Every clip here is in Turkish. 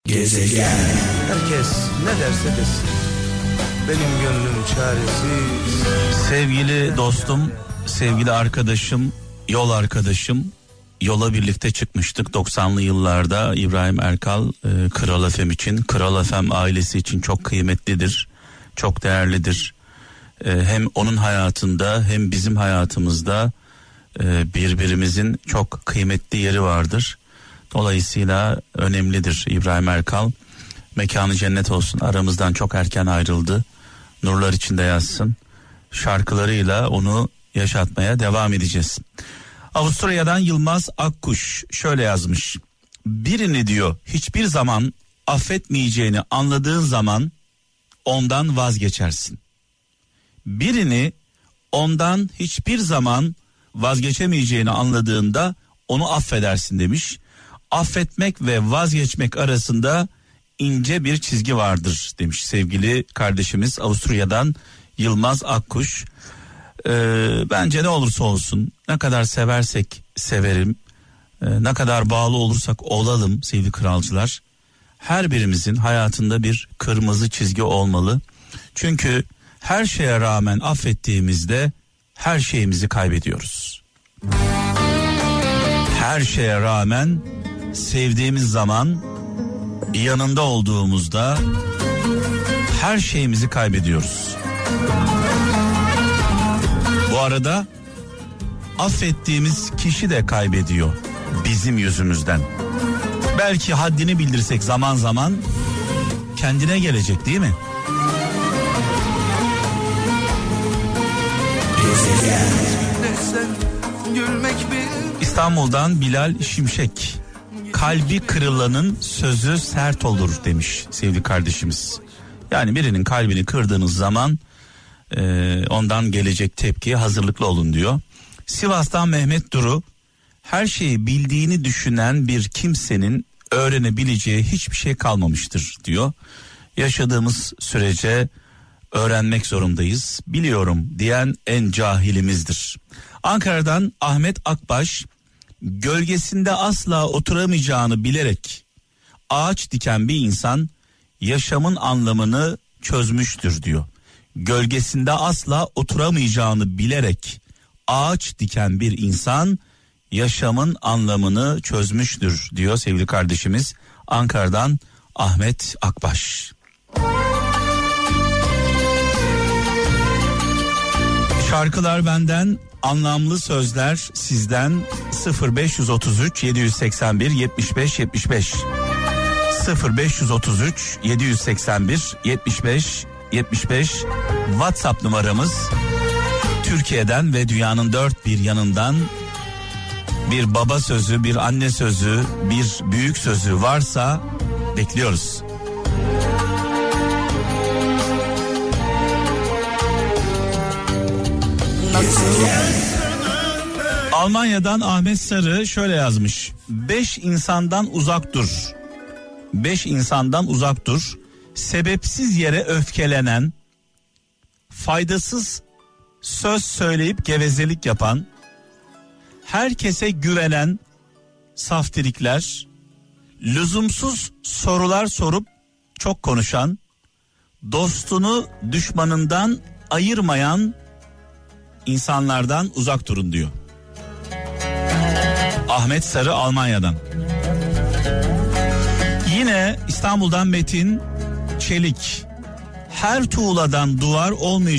Gezegen. Herkes ne derse desin, benim gönlüm çaresiz. Sevgili dostum, sevgili arkadaşım, yol arkadaşım, yola birlikte çıkmıştık 90'lı yıllarda. İbrahim Erkal Kral FM için, Kral FM ailesi için çok kıymetlidir, çok değerlidir. Hem onun hayatında hem bizim hayatımızda birbirimizin çok kıymetli yeri vardır. Dolayısıyla önemlidir İbrahim Erkal. Mekanı cennet olsun, aramızdan çok erken ayrıldı. Nurlar içinde yatsın. Şarkılarıyla onu yaşatmaya devam edeceğiz. Avusturya'dan Yılmaz Akkuş şöyle yazmış. Birini diyor hiçbir zaman affetmeyeceğini anladığın zaman ondan vazgeçersin. Birini ondan hiçbir zaman vazgeçemeyeceğini anladığında onu affedersin demiş. Affetmek ve vazgeçmek arasında ince bir çizgi vardır demiş sevgili kardeşimiz Avusturya'dan Yılmaz Akkuş. Bence ne olursa olsun, ne kadar seversek severim, ne kadar bağlı olursak olalım sevgili kralcılar, her birimizin hayatında bir kırmızı çizgi olmalı. Çünkü her şeye rağmen affettiğimizde her şeyimizi kaybediyoruz. Her şeye rağmen sevdiğimiz zaman, yanında olduğumuzda her şeyimizi kaybediyoruz. Bu arada affettiğimiz kişi de kaybediyor bizim yüzümüzden. Belki haddini bildirsek zaman zaman kendine gelecek, değil mi? İstanbul'dan Bilal Şimşek. Kalbi kırılanın sözü sert olur demiş sevgili kardeşimiz. Yani birinin kalbini kırdığınız zaman ondan gelecek tepkiye hazırlıklı olun diyor. Sivas'tan Mehmet Duru. Her şeyi bildiğini düşünen bir kimsenin öğrenebileceği hiçbir şey kalmamıştır diyor. Yaşadığımız sürece öğrenmek zorundayız. Biliyorum diyen en cahilimizdir. Ankara'dan Ahmet Akbaş. Gölgesinde asla oturamayacağını bilerek ağaç diken bir insan yaşamın anlamını çözmüştür diyor. Gölgesinde asla oturamayacağını bilerek ağaç diken bir insan yaşamın anlamını çözmüştür diyor sevgili kardeşimiz Ankara'dan Ahmet Akbaş. Şarkılar benden, anlamlı sözler sizden. 0533 781 75 75 0533 781 75 75 WhatsApp numaramız. Türkiye'den ve dünyanın dört bir yanından bir baba sözü, bir anne sözü, bir büyük sözü varsa bekliyoruz. Almanya'dan Ahmet Sarı şöyle yazmış. 5 insandan uzak dur. 5 insandan uzak dur. Sebepsiz yere öfkelenen, faydasız söz söyleyip gevezelik yapan, herkese güvenen saftirikler, lüzumsuz sorular sorup çok konuşan, dostunu düşmanından ayırmayan insanlardan uzak durun diyor. Ahmet Sarı Almanya'dan. Yine İstanbul'dan Metin Çelik. Her tuğladan duvar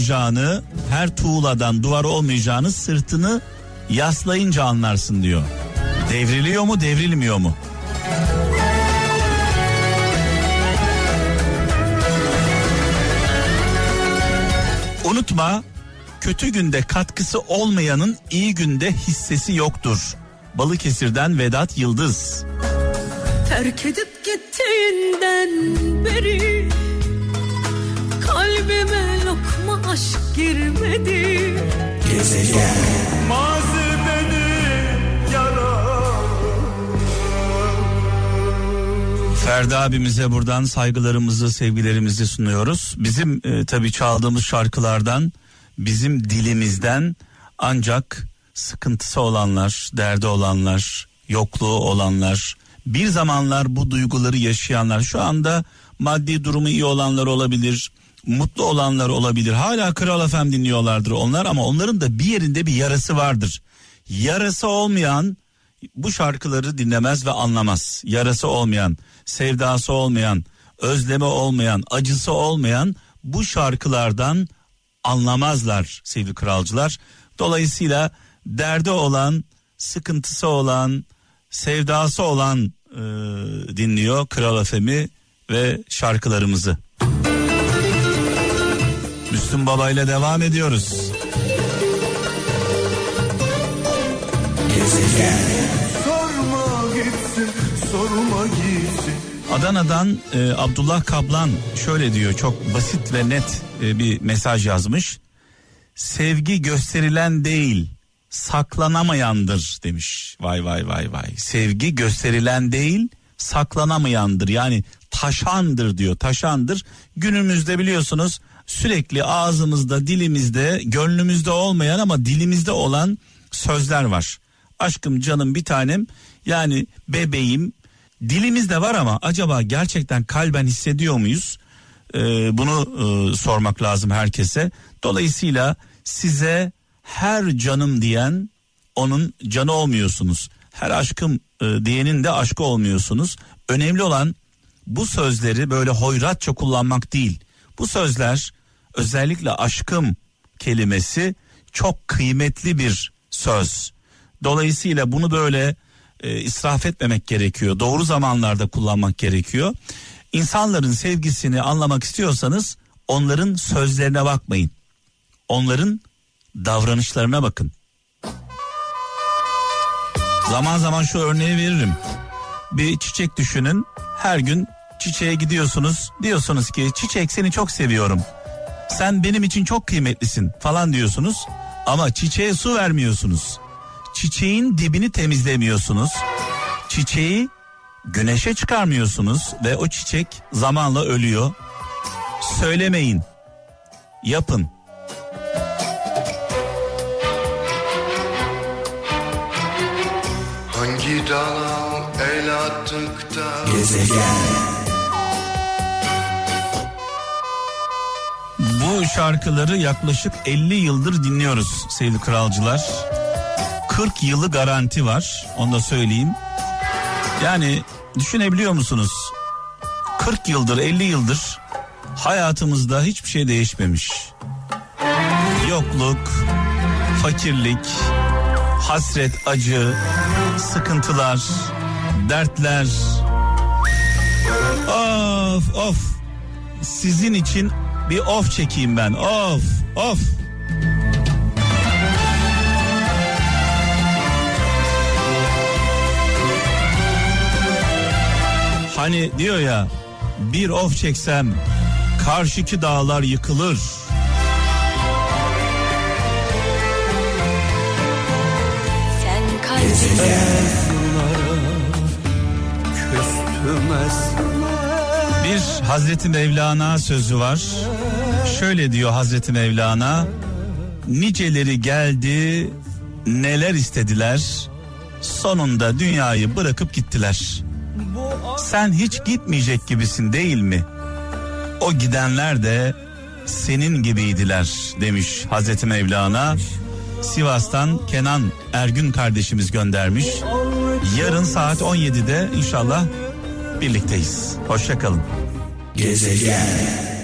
olmayacağını sırtını yaslayınca anlarsın diyor. Devriliyor mu, devrilmiyor mu? Unutma, kötü günde katkısı olmayanın iyi günde hissesi yoktur. Balıkesir'den Vedat Yıldız. Terk edip gittiğinden beri kalbime lokma aşk girmedi. Gezegen. Mazi beni yarar. Ferdi abimize buradan saygılarımızı, sevgilerimizi sunuyoruz. Bizim tabii çaldığımız şarkılardan, bizim dilimizden ancak sıkıntısı olanlar, derdi olanlar, yokluğu olanlar, bir zamanlar bu duyguları yaşayanlar, şu anda maddi durumu iyi olanlar olabilir, mutlu olanlar olabilir. Hala Kral FM dinliyorlardır onlar, ama onların da bir yerinde bir yarası vardır. Yarası olmayan bu şarkıları dinlemez ve anlamaz. Yarası olmayan, sevdası olmayan, özlemi olmayan, acısı olmayan bu şarkılardan anlamazlar sevgili kralcılar. Dolayısıyla derdi olan, sıkıntısı olan, sevdası olan dinliyor Kral FM'i ve şarkılarımızı. Müslüm Baba ile devam ediyoruz. Sorma gitsin, sorma gitsin. Adana'dan Abdullah Kaplan şöyle diyor, çok basit ve net bir mesaj yazmış. Sevgi gösterilen değil, saklanamayandır demiş. Vay vay vay vay. Sevgi gösterilen değil, saklanamayandır. Yani taşandır diyor, taşandır. Günümüzde biliyorsunuz sürekli ağzımızda, dilimizde, gönlümüzde olmayan ama dilimizde olan sözler var. Aşkım, canım, bir tanem, yani bebeğim, dilimizde var ama acaba gerçekten kalben hissediyor muyuz? Bunu sormak lazım herkese. Dolayısıyla size her canım diyen onun canı olmuyorsunuz. Her aşkım diyenin de aşkı olmuyorsunuz. Önemli olan bu sözleri böyle hoyratça kullanmak değil. Bu sözler, özellikle aşkım kelimesi çok kıymetli bir söz. Dolayısıyla bunu böyle israf etmemek gerekiyor. Doğru zamanlarda kullanmak gerekiyor. İnsanların sevgisini anlamak istiyorsanız onların sözlerine bakmayın. Onların davranışlarına bakın. Zaman zaman şu örneği veririm. Bir çiçek düşünün. Her gün çiçeğe gidiyorsunuz. Diyorsunuz ki çiçek, seni çok seviyorum. Sen benim için çok kıymetlisin falan diyorsunuz. Ama çiçeğe su vermiyorsunuz. Çiçeğin dibini temizlemiyorsunuz. Çiçeği güneşe çıkarmıyorsunuz ve o çiçek zamanla ölüyor. Söylemeyin, yapın. Hangi dala el attık da Gezegen. Bu şarkıları yaklaşık 50 yıldır dinliyoruz sevgili kralcılar. 40 yılı garanti var, onu da söyleyeyim. Yani düşünebiliyor musunuz? 40 yıldır, 50 yıldır hayatımızda hiçbir şey değişmemiş. Yokluk, fakirlik, hasret, acı, sıkıntılar, dertler. Of of. Sizin için bir of çekeyim ben. Of of. Hani diyor ya, bir of çeksem karşıki dağlar yıkılır. Sen kalbine Bir Hazreti Mevlana sözü var. Şöyle diyor Hazreti Mevlana: niceleri geldi, neler istediler, sonunda dünyayı bırakıp gittiler. Sen hiç gitmeyecek gibisin değil mi? O gidenler de senin gibiydiler demiş Hazreti Mevlana. Sivas'tan Kenan Ergün kardeşimiz göndermiş. Yarın saat 17'de inşallah birlikteyiz. Hoşça kalın. Gezegen.